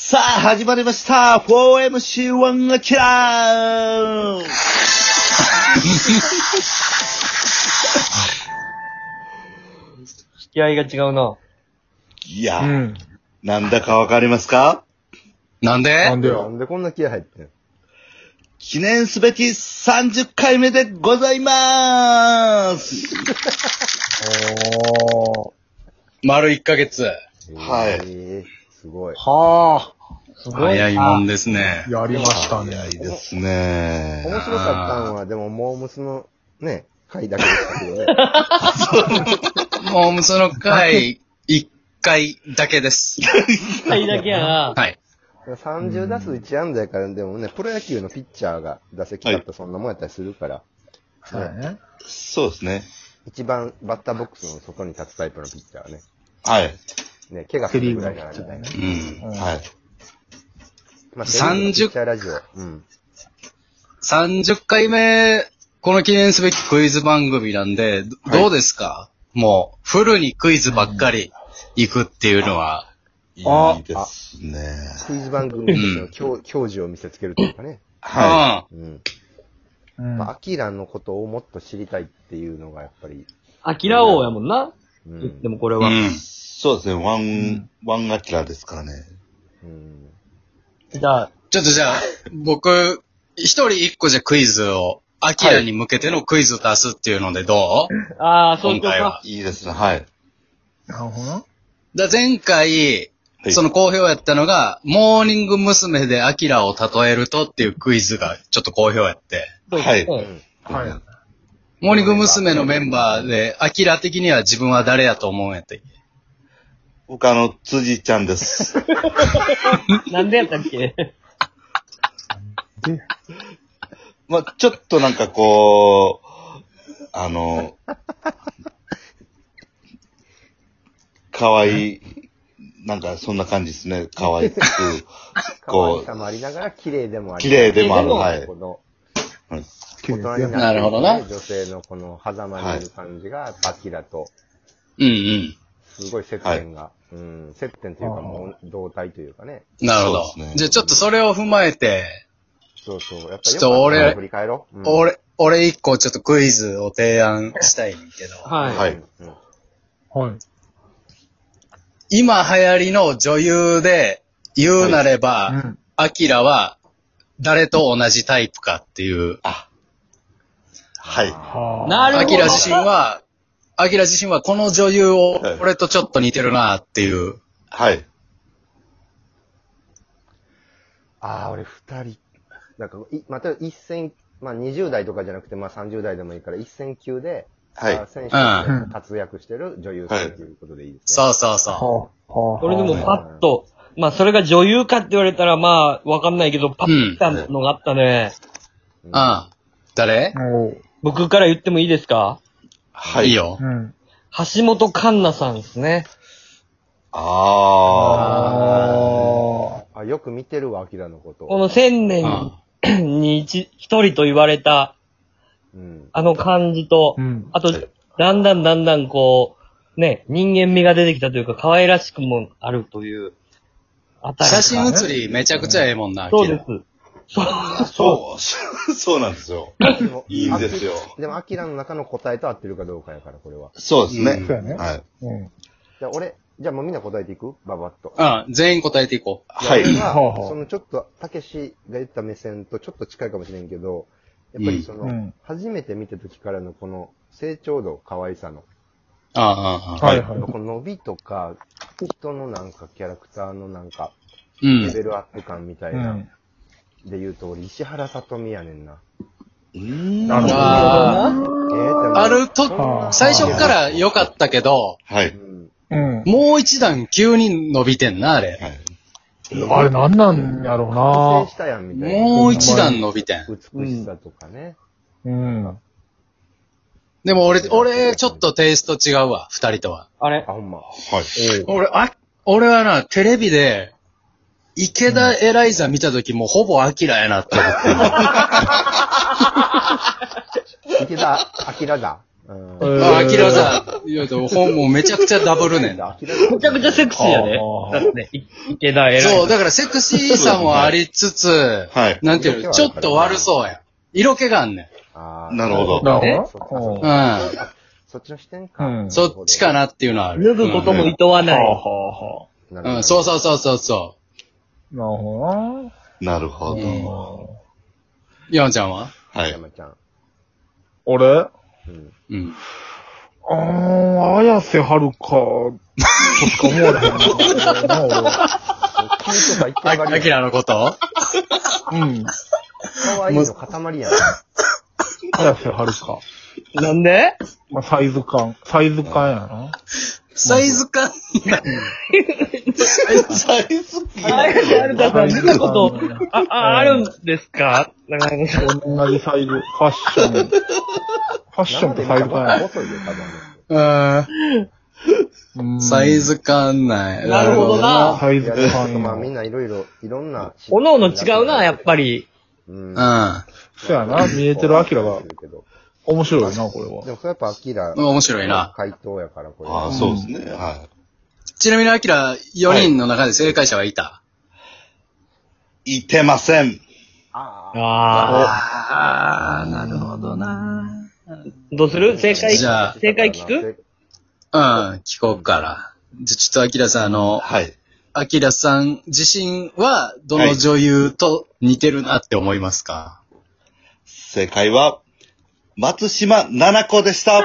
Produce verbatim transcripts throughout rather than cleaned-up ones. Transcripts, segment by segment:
さあ、始まりました。フォーエムシーワン アキラー引き合いが違うな。 いや、 うん。 なんだかわかりますか？ なんでなんでよ。 なんでこんな気合入ってんの？ 記念すべきさんじゅっかいめでございまーす。 おー。 丸いっかげつ。 はいえー、すごい。 はすごい。 早いもんですね。 ー。やりましたね。 早いですね。 面白かったのは、でも、モームスのね、回だけでしたけどね。 もうその回、いっかいだけです。 一回だけやな。 はい。 さんじゅう打数いち安打やから、でもね、プロ野球のピッチャーが打席立ったそんなもんやったりするから、 そうやね。 そうですね。 一番バッターボックスの外に立つタイプのピッチャーはね、 はい。 ね、怪我するぐらいならみたいな。 うん。 はい。 まあ、 さんじゅうピッチャーラジオ。うん。 さんじゅっかいめ、この記念すべきクイズ番組なんで、どはいどうですか？もう、フルにクイズばっかり行くっていうのは。 いいですね。 クイズ番組の教教授を見せつけるというかね。 はうん。 うん。 まあ、アキラのことをもっと知りたいっていうのがやっぱり、 アキラ王やもんな。 うん。 言ってもこれい。うは。 ん。 い。そうですね。ワン、ワンアキラですからね。 うん。 じゃあ、 ちょっとじゃあ、僕、一人一個じゃクイズを、アキラに向けてのクイズを出すっていうのでどう？ ああ、そうそうか今回は。 いいですね。はい。 なるほど。 だ前回、 はいその好評やったのが、モーニング娘。でアキラを例えるとっていうクイズがちょっと好評やって。 はいうんはい。 モーニング娘。のメンバーで、アキラ的には自分は誰やと思うんやったっけ？ 僕あの、辻ちゃんです。 なんでやったっけ？ で、 まあ、ちょっとなんかこう、あの、かわいい、なんかそんな感じですね。かわいく、こ可愛さもありながら、綺麗でもあう、 り綺麗でもある。 でもはい。 この、 綺麗ですね。 大人になってなるほどな女性のこの狭間にいる感じが、アキラと、 うんうん。 すごい接点が、うん、接点というかもう同体というかね。 なるほど。 そうですねじゃあちょっとそれを踏まえて、 そうそう。やっぱりちょっと俺よかったな振り返ろう。うん、 俺、俺一個ちょっとクイズを提案したいねんけど、 はい。 はい。 うんはい。 今流行りの女優で言うなれうば、 ん。 アキラは誰と同じタイプかっていう、 あ、はい。 はあ。 なるほどアキラ自身は、アキラ自身はこの女優をはい俺とちょっと似てるなっていう。 はい。 ああ、俺二人。なんか、いまた一戦、まあにじゅう代とかじゃなくて、まあさんじゅう代でもいいから、一戦級で、 はいあー選手として活躍してる女優さんということでいいですね。 そうそうそはあ。はあ。 これでもパッと、まあそれが女優かって言われたらまあわかんないけど、パッと来たのがあったね。 う。うん。誰？ おう。 僕から言ってもいいですか？ はい。 いい。よう。ん。 橋本環奈さんですね。 あああ、よく見てるわ、アキラのこと。 この千年に一一人と言われたうん。 あの感じとー。う、ん。 あと、だんだんだんだんこう、ね、人間味が出てきたというか、可愛らしくもあるという、あたり。 写真写りめちゃくちゃええもんな、アキラ。 そうです。そう。 あ。そう。そうなんですよ。 でもいいんですよ。 でも、アキラの中の答えと合ってるかどうかやから、これは。 そうですね。 そうやね。 はい。 うん。 じゃあ、俺、じゃあもうみんな答えていくババッと。 うん。全員答えていこう。 はい。 俺ははあはあそのちょっと、たけしが言った目線とちょっと近いかもしれんけど、やっぱりその、 うん初めて見た時からのこの成長度、可愛さの、 ああ、ああ。 はいはい。 この伸びとか、人のなんかキャラクターのなんか、 うん。 レベルアップ感みたいうな、 ん。 で言うと、俺、石原さとみやねんな。 うーん。 なるほど。 あえー、でもあるとそんな最初から良かったけど、 はい。 うん。 うん。 もう一段急に伸びてんな、あれ。 はい。 あれなんなんやろう覚な醒したやん、みたいな。 もう一段伸びてん。 美しさとかね。 うん。 でも俺、俺、ちょっとテイスト違うわ、二人とは。 あれあ、ほんま。 はい。 俺、あ、俺はな、テレビで、池田エライザ見たときもうほぼアキラやなって思ってる。 池田、アキラだ。 うんあ、アキラさん、いや、でも本もめちゃくちゃダブルねん。 めちゃくちゃセクシーやで。 あーだってね、い池田偉い。 そう、だからセクシーさもありつつ、 はい。 なんていうの、ちょっと悪そうやん。色気があんねん。 あーなるほどなるえほど。 うあん。 そっちの視点か。 うんそっちかなっていうのはある。 脱ぐことも厭わない。 はあはあはなるほどうん、そうそうそうそうそあ。なるほなるほど。 う。うん。 どヤンちゃんははい。 山ちゃん。 な。俺うん。 うん。 あー、綾瀬はるか、としか思われへんな、俺は。 君とか言ってあ、 ばかりやん。 アキラのことうん。 可愛いの塊やん。 綾瀬はるか。 なんでまあ、サイズ感。サイズ感やな。 サイズ感サイズあやるたさん、見たこと、あ、あ、あるんですか長山さん。 同じサイズ、ファッション。ファッションとサイズ感や。 細いよ、多分。 うん。 うんサイズ感ない。 なるほどなサイズいや、ちょっと感まあみんや。 ないろいろ、いろんな。 おのおの違うな、やっぱり。 うん。 うん。 そうやな、見えてるアキラがけど面白いな、これは。 でもそれやっぱアキラ。 面白いな。 回答やから、これあは。 あ、そうですね。はちなみにアキラよにんの中で正解者はいた、 い。いてません。 あああー、なるほどな。 あ。どうする正解、 じゃあ正解聞くうん、聞こうから。じゃ、ちょっとアキラさん、あの、 はい。 アキラさん自身はどの女優と似てるなって思いますか、 正解は、松島奈々子でした。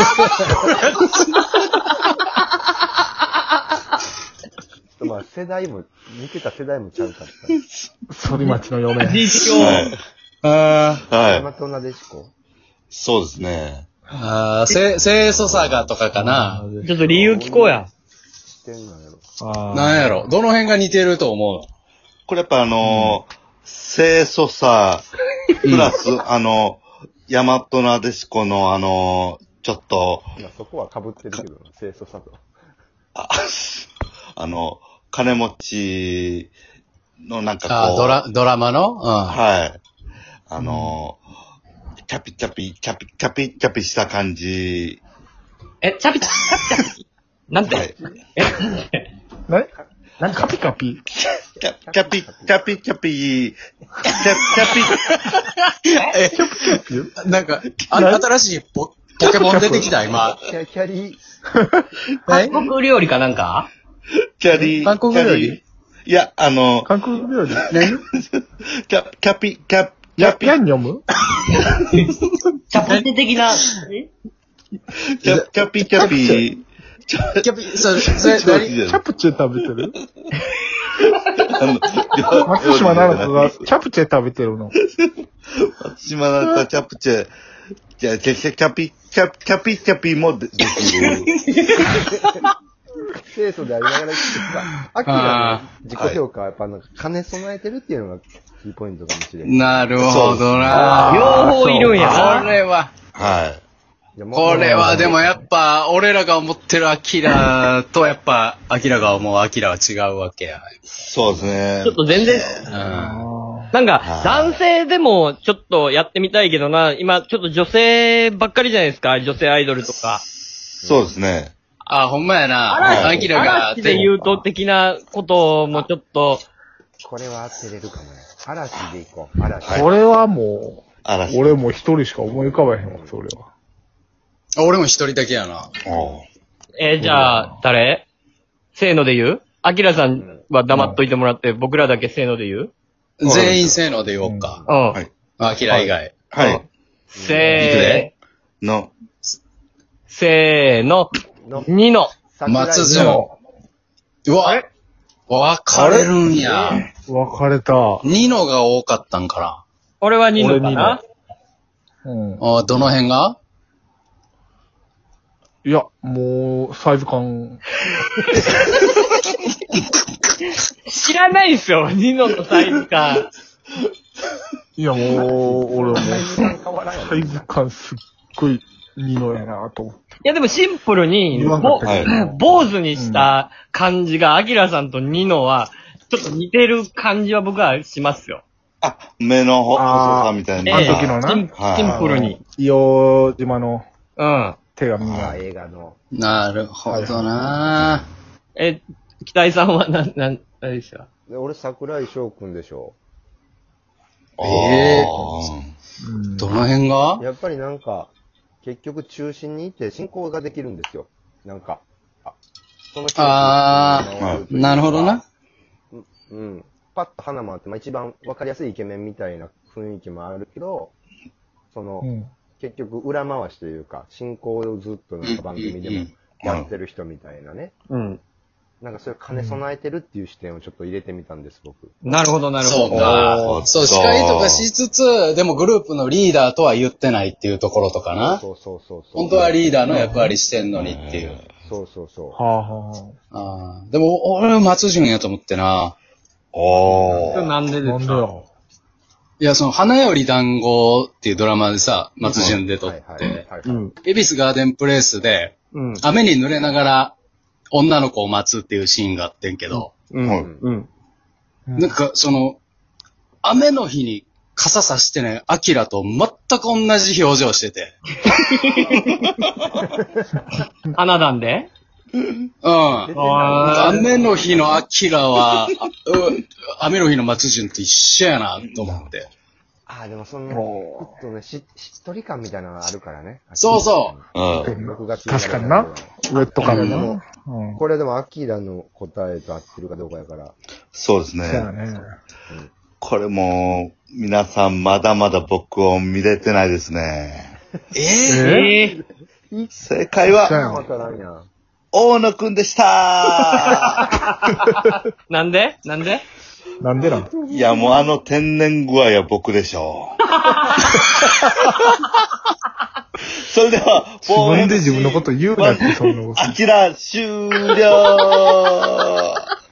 まあ世代も、似てた世代もちゃうかった。 反町の嫁。 実況。 はい。 あはい。 マトナデシコそうですね。 あー、せ、清楚さがとかかな。 ちょっと理由聞こうや。 知ってんのやろ。 あーなんやろどの辺が似てると思うのこれやっぱあのー、清楚さ、プラス、あの、大和なでしこのあのー、ちょっと、 まあそこは被ってるけどな、清楚さと。 ああの、金持ちのなんかこう、 あー、ドラ、ドラマのうん。 はい。あのー、キャピキャピ、キャピキャピキャピした感じ。 え、チャピチャピチャピチャピ。なんて、 はい。 ねなんてカピカピ。 キャキャピ、キャピキャピ、キャキャピ、 なんか、あ新しいポポケモン出てきた、今。 キャキャリー、 え韓国料理かなんかキャリー、 韓国料理キャリーいや、あの、 韓国料理。 何キャ、キャピ、キャ、キやャ、ピ、 ヤンニョムチャプテ的な、えキャ、キャピキャピ、 キャピ、それ、それ、何チャプチェ食べてるあの、 松島奈々子がチャプチェ食べてるの。 松島なんかキャプチェ、じゃキャ、キャキャピ、キャ、キャピキャピもでできる。 清楚でありながら言ってさ、アキラの自己評価はやっぱなんか兼ね備えてるっていうのがキーポイントかもしれん。 なるほどな。 両方いるんやこな。 れは、 はい。 いやもうこれはでもやっぱ、俺らが思ってるアキラとやっぱ、アキラが思うアキラは違うわけや。 そうですね。 ちょっと全然、 うん。 なんかは、い男性でもちょっとやってみたいけどな、今ちょっと女性ばっかりじゃないですか、女性アイドルとか。 そうですね。 あ、ほんまやな。 はいアキラが、 嵐で言うと的なこともちょっと、 これは当てれるかもね。嵐でいこう。嵐。 これはもう、 嵐。 俺も一人しか思い浮かばへんわ、それは。 あ俺も一人だけやな。 おうえーじゃあ、誰せーので言うアキラさんは黙っといてもらって、僕らだけせーので言う全員せーので言おうか。 うん。 はいアキラ以外。 はい。 せの、 ー、せーの、 のにの。 松島。 潤。うわ、分かれるんや。 分かれた。 ニノが多かったんか俺はにのかなうん。 な。あ、どの辺がいや、もう、サイズ感。 知らないっすよ、にののサイズ感。 いや、もう、俺はもう、 変わらんやサイズ感すっごい、ニノやなと思って。 いやでもシンプルに、 言わんかぼったけどはい坊主にした感じが、アキラさんとニノは、ちょっと似てる感じは僕はしますよ。 あ、目の細あーさみたいな。 ええあの時のなシンはいシンプルに。 硫黄島の、 うん。 手紙あが。 映画の。 なるほどなえ、北井さんはな、な、何でしたで俺、桜井翔くんでしょ。 ええうんどの辺がやっぱりなんか、結局中心にいて進行ができるんですよ。なんか、あ、その人あーー、なるほどな。。 うん。パッと花もあって、まあ一番わかりやすいイケメンみたいな雰囲気もあるけど、その、 うん。 結局裏回しというか、進行をずっとなんか番組でもやってる人みたいなね。 うん。 なんかそれ兼ね備えてるっていう視点をちょっと入れてみたんです、僕。 なるほど、なるほど。 そうか。そう、司会とかしつつ、でもグループのリーダーとは言ってないっていうところとかな。 そうそうそうそう。 本当はリーダーの役割してんのにっていう。 そうそうそう。 はあはあーでも、俺は松潤やと思ってな。 おー。 なんであ。 ですか？ なんでよ。 いや、その、花より団子っていうドラマでさ、松潤で撮っはいはいて、 はい。 うん。 恵比寿ガーデンプレイスで、 うん。 雨に濡れながら女の子を待つっていうシーンがあってんけど、 うん。うん。 なんか、その、雨の日に傘さしてないアキラと全く同じ表情してて。 花壇でうん。 あ雨の日のアキラは、あう雨の日の松潤と一緒やな、と思って。 ああ、でもその、ちおょっとね、し、しっとり感みたいなのがあるからね。 そうそううん。 僕が確かにな。ウェット感でもな。うん。 これでもアキラの答えと合ってるかどうかやから。 そうですそうやね。 ね。 これも、皆さんまだまだ僕を見れてないですね。 えええ正解は、 そうやんわからんやん。 大野くんでしたー、なんでなんでなんでなんいや、もうあの天然具合は僕でしょう。それでは、 自分で自分のこと言うなって、そんなこと。 アキラ終了